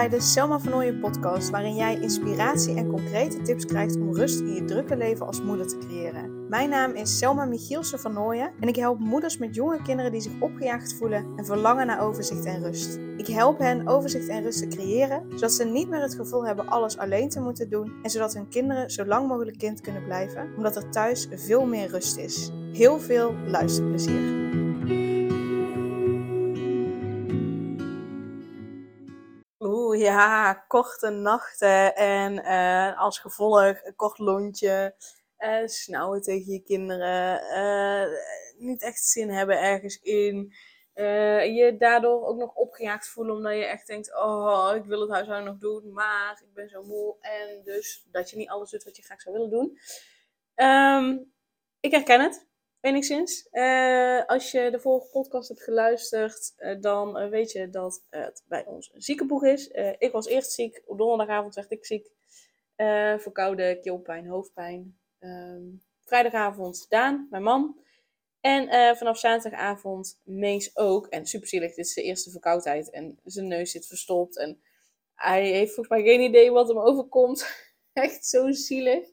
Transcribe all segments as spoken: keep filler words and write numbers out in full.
bij de Selma van Nooijen podcast, waarin jij inspiratie en concrete tips krijgt om rust in je drukke leven als moeder te creëren. Mijn naam is Selma Michielsen van Nooijen en ik help moeders met jonge kinderen die zich opgejaagd voelen en verlangen naar overzicht en rust. Ik help hen overzicht en rust te creëren, zodat ze niet meer het gevoel hebben alles alleen te moeten doen en zodat hun kinderen zo lang mogelijk kind kunnen blijven, omdat er thuis veel meer rust is. Heel veel luisterplezier. Oeh ja, korte nachten en uh, als gevolg een kort lontje, uh, snauwen tegen je kinderen, uh, niet echt zin hebben ergens in, uh, je daardoor ook nog opgejaagd voelen omdat je echt denkt, oh ik wil het huishouden nog doen, maar ik ben zo moe en dus dat je niet alles doet wat je graag zou willen doen. Um, ik herken het. Enigszins. Uh, als je de vorige podcast hebt geluisterd, uh, dan uh, weet je dat het bij ons een ziekenboeg is. Uh, ik was eerst ziek. Op donderdagavond werd ik ziek. Uh, verkouden, keelpijn, hoofdpijn. Um, vrijdagavond Daan, mijn man. En uh, vanaf zaterdagavond Mees ook. En super zielig, dit is de eerste verkoudheid. En zijn neus zit verstopt. En hij heeft volgens mij geen idee wat hem overkomt. Echt zo zielig.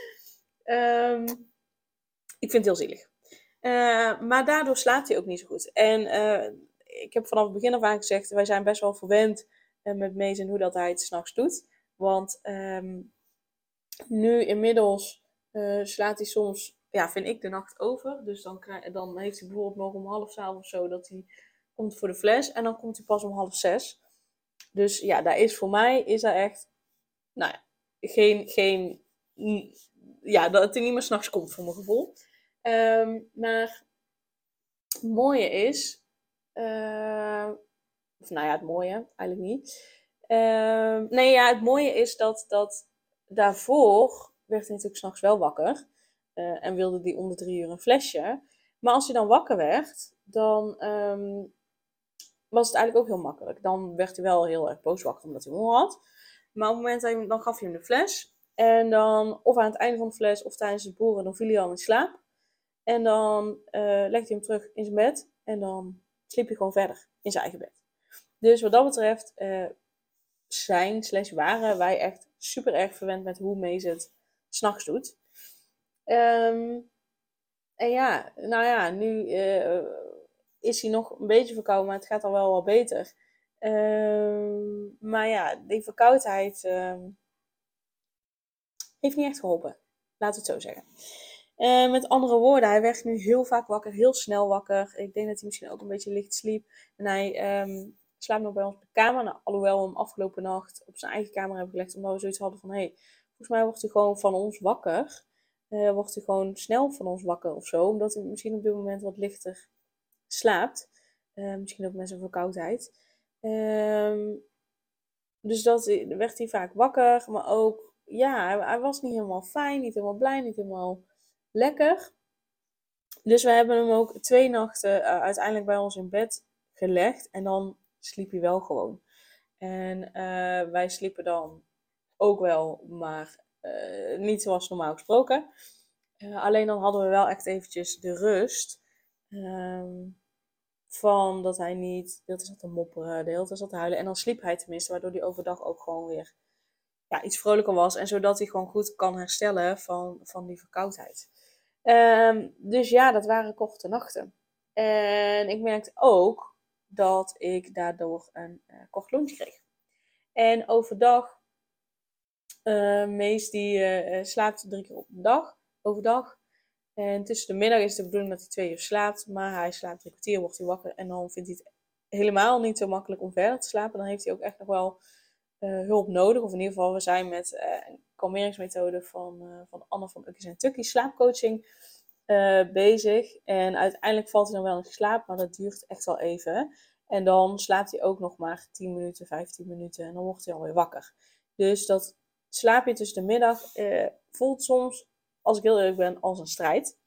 Um, ik vind het heel zielig. Uh, maar daardoor slaapt hij ook niet zo goed. En uh, ik heb vanaf het begin af aan gezegd, wij zijn best wel verwend uh, met Mees en hoe dat hij het 's nachts doet. Want um, nu inmiddels uh, slaat hij soms, ja, vind ik, de nacht over. Dus dan, krijg, dan heeft hij bijvoorbeeld nog om half twaalf of zo dat hij komt voor de fles. En dan komt hij pas om half zes. Dus ja, daar is voor mij, is daar echt, nou ja, geen, geen, ja, dat hij niet meer 's nachts komt voor mijn gevoel. Um, maar het mooie is, uh, of nou ja, het mooie, eigenlijk niet. Uh, nee, ja, het mooie is dat, dat daarvoor werd hij natuurlijk 's nachts wel wakker. Uh, en wilde die om de drie uur een flesje. Maar als hij dan wakker werd, dan um, was het eigenlijk ook heel makkelijk. Dan werd hij wel heel erg boos wakker omdat hij honger had. Maar op het moment dat hij, dan gaf je hem de fles. En dan, of aan het einde van de fles, of tijdens het boeren, dan viel hij al in slaap. En dan uh, legde hij hem terug in zijn bed. En dan sliep hij gewoon verder in zijn eigen bed. Dus wat dat betreft uh, zijn, slash waren wij echt super erg verwend met hoe Mees het 's nachts doet. Um, en ja, nou ja, nu uh, is hij nog een beetje verkouden, maar het gaat al wel wat beter. Um, maar ja, die verkoudheid um, heeft niet echt geholpen. Laten we het zo zeggen. Uh, met andere woorden, hij werd nu heel vaak wakker, heel snel wakker. Ik denk dat hij misschien ook een beetje licht sliep. En hij um, slaapt nog bij ons op de kamer. Nou, alhoewel we hem afgelopen nacht op zijn eigen kamer hebben gelegd. Omdat we zoiets hadden van, hé, hey, volgens mij wordt hij gewoon van ons wakker. Uh, wordt hij gewoon snel van ons wakker of zo. Omdat hij misschien op dit moment wat lichter slaapt. Uh, misschien ook met zijn verkoudheid. Um, dus dat werd hij vaak wakker. Maar ook, ja, hij, hij was niet helemaal fijn, niet helemaal blij, niet helemaal lekker. Dus we hebben hem ook twee nachten uh, uiteindelijk bij ons in bed gelegd. En dan sliep hij wel gewoon. En uh, wij sliepen dan ook wel, maar uh, niet zoals normaal gesproken. Uh, alleen dan hadden we wel echt eventjes de rust. Um, van dat hij niet de hele tijd zat te mopperen, de hele tijd zat te huilen. En dan sliep hij tenminste, waardoor hij overdag ook gewoon weer ja, iets vrolijker was. En zodat hij gewoon goed kan herstellen van, van die verkoudheid. Um, dus ja, dat waren korte nachten. En ik merkte ook dat ik daardoor een uh, kort lontje kreeg. En overdag, uh, Mees die uh, slaapt drie keer op de dag, overdag. En tussen de middag is de bedoeling dat hij twee uur slaapt. Maar hij slaapt drie kwartier, wordt hij wakker. En dan vindt hij het helemaal niet zo makkelijk om verder te slapen. Dan heeft hij ook echt nog wel uh, hulp nodig. Of in ieder geval, we zijn met uh, een kalmeringsmethode van, uh, van Anne van Ukkies en Tukkies slaapcoaching uh, bezig. En uiteindelijk valt hij dan wel in slaap, maar dat duurt echt wel even. En dan slaapt hij ook nog maar tien minuten, vijftien minuten. En dan wordt hij alweer wakker. Dus dat slaapje tussen de middag uh, voelt soms, als ik heel eerlijk ben, als een strijd.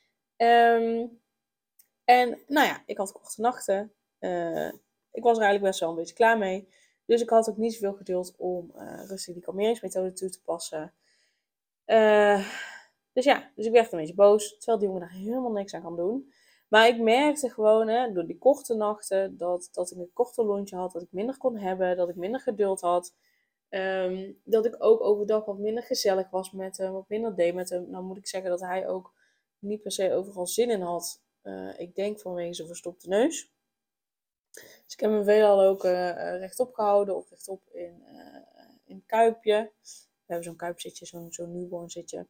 Um, en nou ja, ik had korte nachten. Uh, ik was er eigenlijk best wel een beetje klaar mee. Dus ik had ook niet zoveel geduld om uh, rustig die kalmeringsmethode toe te passen. Uh, dus ja, dus ik werd een beetje boos. Terwijl die jongen daar helemaal niks aan kan doen. Maar ik merkte gewoon, hè, door die korte nachten, dat, dat ik een korter lontje had, dat ik minder kon hebben, dat ik minder geduld had. Um, dat ik ook overdag wat minder gezellig was met hem, wat minder deed met hem. Nou moet ik zeggen dat hij ook niet per se overal zin in had. Uh, ik denk vanwege zijn verstopte neus. Dus ik heb hem veelal ook uh, rechtop gehouden of rechtop in, uh, in het kuipje. We hebben zo'n kuipzitje, zo'n, zo'n newborn zitje.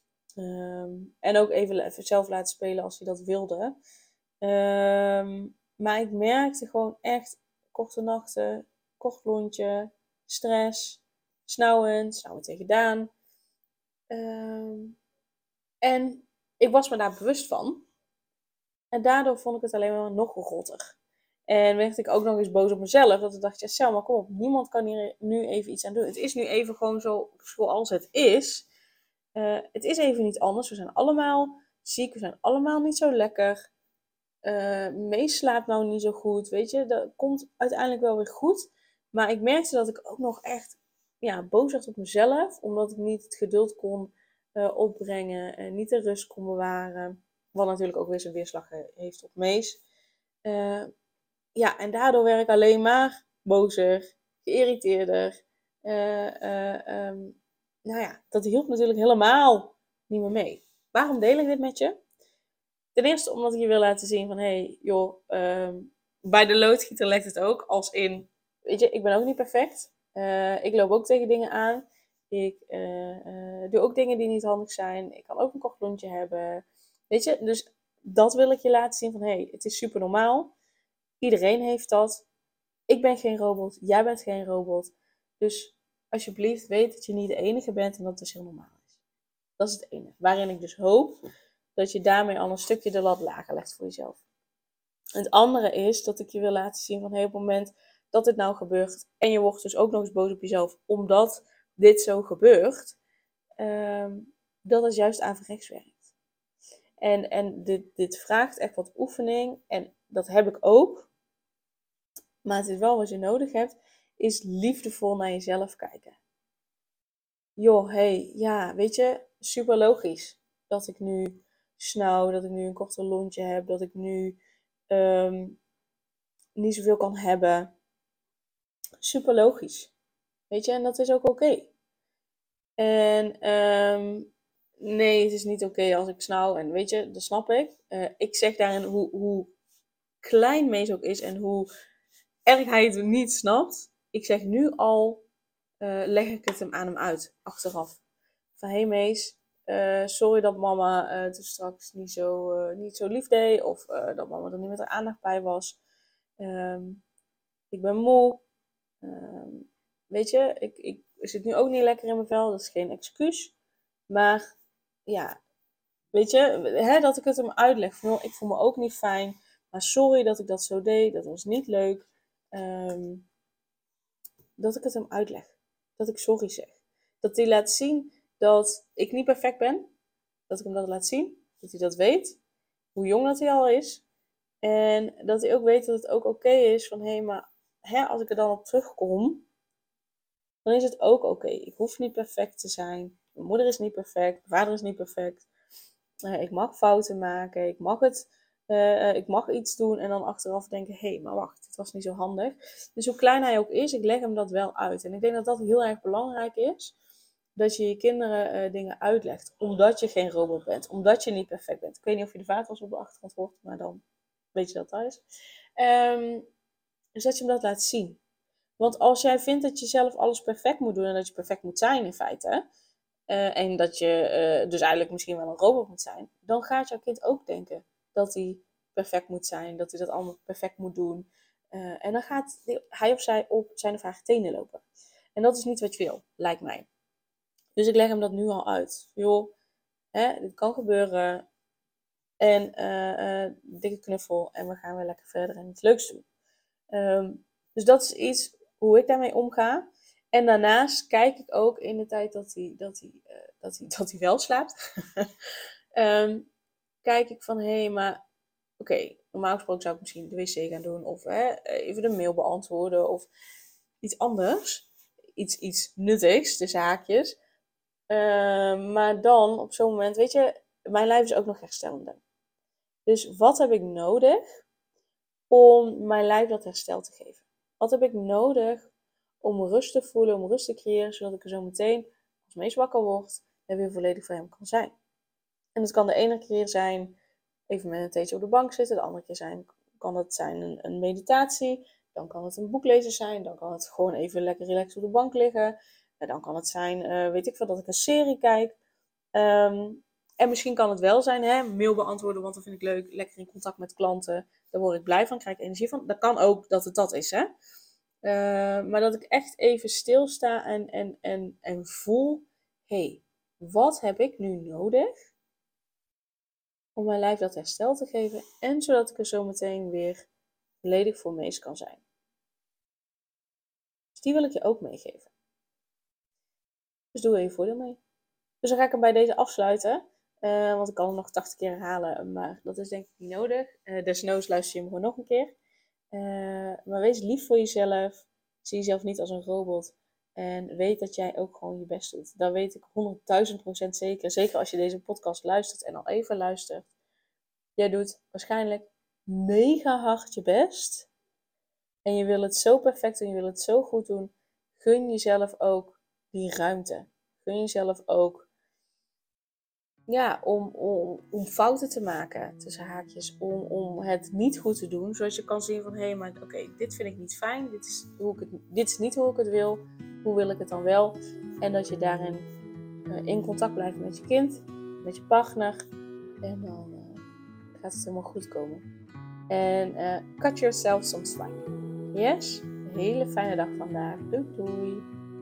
Um, en ook even, even zelf laten spelen als hij dat wilde. Um, maar ik merkte gewoon echt korte nachten, kort lontje, stress, snauwend, snauwend tegen Daan. Um, en ik was me daar bewust van. En daardoor vond ik het alleen maar nog rotter. En werd ik ook nog eens boos op mezelf. Dat ik dacht, ja Selma, kom op. Niemand kan hier nu even iets aan doen. Het is nu even gewoon zo zoals het is. Uh, het is even niet anders. We zijn allemaal ziek. We zijn allemaal niet zo lekker. Uh, Mees slaapt nou niet zo goed. Weet je, dat komt uiteindelijk wel weer goed. Maar ik merkte dat ik ook nog echt ja, boos werd op mezelf. Omdat ik niet het geduld kon uh, opbrengen. En niet de rust kon bewaren. Wat natuurlijk ook weer zijn weerslag heeft op Mees. Uh, ja, en daardoor werd ik alleen maar bozer, geïrriteerder. Uh, uh, um, nou ja, dat hielp natuurlijk helemaal niet meer mee. Waarom deel ik dit met je? Ten eerste omdat ik je wil laten zien van, hé, hey, joh, um, bij de loodgieter legt het ook als in, weet je, ik ben ook niet perfect. Uh, ik loop ook tegen dingen aan. Ik uh, uh, doe ook dingen die niet handig zijn. Ik kan ook een kort lontje hebben. Weet je, dus dat wil ik je laten zien van, hé, hey, het is super normaal. Iedereen heeft dat. Ik ben geen robot. Jij bent geen robot. Dus alsjeblieft weet dat je niet de enige bent en dat het heel normaal is. Dat is het ene. Waarin ik dus hoop dat je daarmee al een stukje de lat lager legt voor jezelf. Het andere is dat ik je wil laten zien van, hey, op het moment dat dit nou gebeurt en je wordt dus ook nog eens boos op jezelf omdat dit zo gebeurt, um, dat het juist averechts werkt. En, en dit, dit vraagt echt wat oefening en dat heb ik ook. Maar het is wel wat je nodig hebt, is liefdevol naar jezelf kijken. Joh, hey, ja, weet je, super logisch dat ik nu snauw, dat ik nu een korter lontje heb, dat ik nu um, niet zoveel kan hebben. Super logisch. Weet je, en dat is ook oké. Okay. En um, nee, het is niet oké okay als ik snauw en weet je, dat snap ik. Uh, ik zeg daarin hoe, hoe klein Mees ook is en hoe erg hij het niet snapt. Ik zeg nu al, uh, leg ik het hem aan hem uit, achteraf. Van, hé hey Mees, uh, sorry dat mama uh, toen straks niet zo, uh, niet zo lief deed. Of uh, dat mama er niet met haar aandacht bij was. Um, ik ben moe. Um, weet je, ik, ik zit nu ook niet lekker in mijn vel. Dat is geen excuus. Maar ja, weet je, hè, dat ik het hem uitleg. Van, ik voel me ook niet fijn. Maar sorry dat ik dat zo deed. Dat was niet leuk. Um, dat ik het hem uitleg. Dat ik sorry zeg. Dat hij laat zien dat ik niet perfect ben. Dat ik hem dat laat zien. Dat hij dat weet. Hoe jong dat hij al is. En dat hij ook weet dat het ook oké okay is. Van hé, hey, maar hè, als ik er dan op terugkom. Dan is het ook oké. Okay. Ik hoef niet perfect te zijn. Mijn moeder is niet perfect. Mijn vader is niet perfect. Uh, ik mag fouten maken. Ik mag het. Uh, ik mag iets doen en dan achteraf denken, hé, hey, maar wacht, het was niet zo handig. Dus hoe klein hij ook is, ik leg hem dat wel uit. En ik denk dat dat heel erg belangrijk is, dat je je kinderen uh, dingen uitlegt. Omdat je geen robot bent, omdat je niet perfect bent. Ik weet niet of je de vaatwas op de achtergrond hoort, maar dan weet je dat thuis. Um, dus dat je hem dat laat zien. Want als jij vindt dat je zelf alles perfect moet doen en dat je perfect moet zijn in feite, uh, en dat je uh, dus eigenlijk misschien wel een robot moet zijn, dan gaat jouw kind ook denken dat hij perfect moet zijn, dat hij dat allemaal perfect moet doen. Uh, en dan gaat hij of zij op zijn of haar tenen lopen. En dat is niet wat je wil, lijkt mij. Dus ik leg hem dat nu al uit. Joh, hè, dit kan gebeuren. En uh, uh, dikke knuffel en we gaan weer lekker verder en iets leuks doen. Um, dus dat is iets hoe ik daarmee omga. En daarnaast kijk ik ook in de tijd dat hij, dat hij, uh, dat hij, dat hij wel slaapt. um, kijk ik van, hé, hey, maar oké, okay, normaal gesproken zou ik misschien de wc gaan doen. Of hè, even de mail beantwoorden. Of iets anders. Iets, iets nuttigs, de zaakjes. Uh, maar dan, op zo'n moment, weet je, mijn lijf is ook nog herstellende. Dus wat heb ik nodig om mijn lijf dat herstel te geven? Wat heb ik nodig om rust te voelen, om rust te creëren, zodat ik er zo meteen als meest wakker word en weer volledig voor hem kan zijn? En dat kan de ene keer zijn even met een theetje op de bank zitten, de andere keer zijn, kan het zijn een, een meditatie, dan kan het een boek lezen zijn, dan kan het gewoon even lekker relaxed op de bank liggen, en dan kan het zijn, uh, weet ik veel, dat ik een serie kijk. Um, en misschien kan het wel zijn, hè, mail beantwoorden, want dat vind ik leuk, lekker in contact met klanten, daar word ik blij van, krijg ik energie van. Dat kan ook dat het dat is, hè. Uh, maar dat ik echt even stilsta en, en, en, en voel, hé, hey, wat heb ik nu nodig om mijn lijf dat herstel te geven en zodat ik er zo meteen weer volledig voor meest kan zijn. Dus die wil ik je ook meegeven. Dus doe er je voordeel mee. Dus dan ga ik hem bij deze afsluiten. Uh, want ik kan hem nog tachtig keer herhalen, maar dat is denk ik niet nodig. Uh, desnoods luister je hem gewoon nog een keer. Uh, maar wees lief voor jezelf. Zie jezelf niet als een robot. En weet dat jij ook gewoon je best doet. Dat weet ik honderdduizend procent zeker. Zeker als je deze podcast luistert en al even luistert. Jij doet waarschijnlijk mega hard je best. En je wil het zo perfect doen, je wil het zo goed doen. Gun jezelf ook die ruimte. Gun jezelf ook, ja, om, om, om fouten te maken, tussen haakjes. Om, om het niet goed te doen. Zodat je kan zien van, hé, hey, maar oké, okay, dit vind ik niet fijn. Dit is, hoe ik het, dit is niet hoe ik het wil. Hoe wil ik het dan wel? En dat je daarin uh, in contact blijft met je kind, met je partner. En dan gaat het helemaal goed komen. En uh, cut yourself some slack. Yes? Een hele fijne dag vandaag. Doei doei.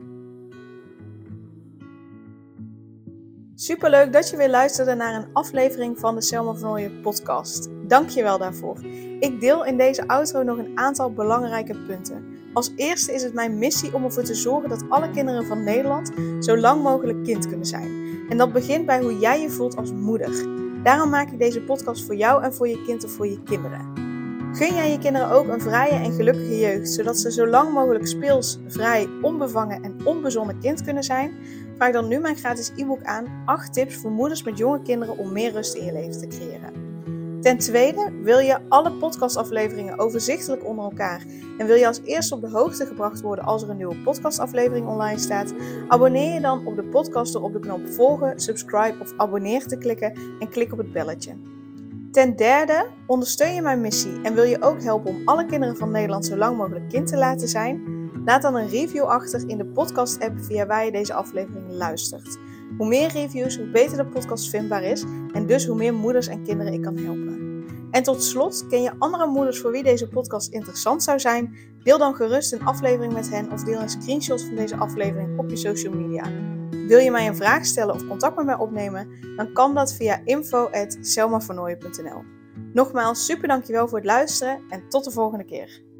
Superleuk dat je weer luisterde naar een aflevering van de Selma van Nooijen podcast. Dank je wel daarvoor. Ik deel in deze outro nog een aantal belangrijke punten. Als eerste is het mijn missie om ervoor te zorgen dat alle kinderen van Nederland zo lang mogelijk kind kunnen zijn. En dat begint bij hoe jij je voelt als moeder. Daarom maak ik deze podcast voor jou en voor je kind of voor je kinderen. Gun jij je kinderen ook een vrije en gelukkige jeugd, zodat ze zo lang mogelijk speels, vrij, onbevangen en onbezonnen kind kunnen zijn? Vraag dan nu mijn gratis e-book aan, acht tips voor moeders met jonge kinderen om meer rust in je leven te creëren. Ten tweede, wil je alle podcastafleveringen overzichtelijk onder elkaar en wil je als eerste op de hoogte gebracht worden als er een nieuwe podcastaflevering online staat? Abonneer je dan op de podcast door op de knop volgen, subscribe of abonneer te klikken en klik op het belletje. Ten derde, ondersteun je mijn missie en wil je ook helpen om alle kinderen van Nederland zo lang mogelijk kind te laten zijn? Laat dan een review achter in de podcast-app via waar je deze aflevering luistert. Hoe meer reviews, hoe beter de podcast vindbaar is en dus hoe meer moeders en kinderen ik kan helpen. En tot slot, ken je andere moeders voor wie deze podcast interessant zou zijn? Deel dan gerust een aflevering met hen of deel een screenshot van deze aflevering op je social media. Wil je mij een vraag stellen of contact met mij opnemen? Dan kan dat via info at selma van nooijen punt n l. Nogmaals, super dankjewel voor het luisteren en tot de volgende keer.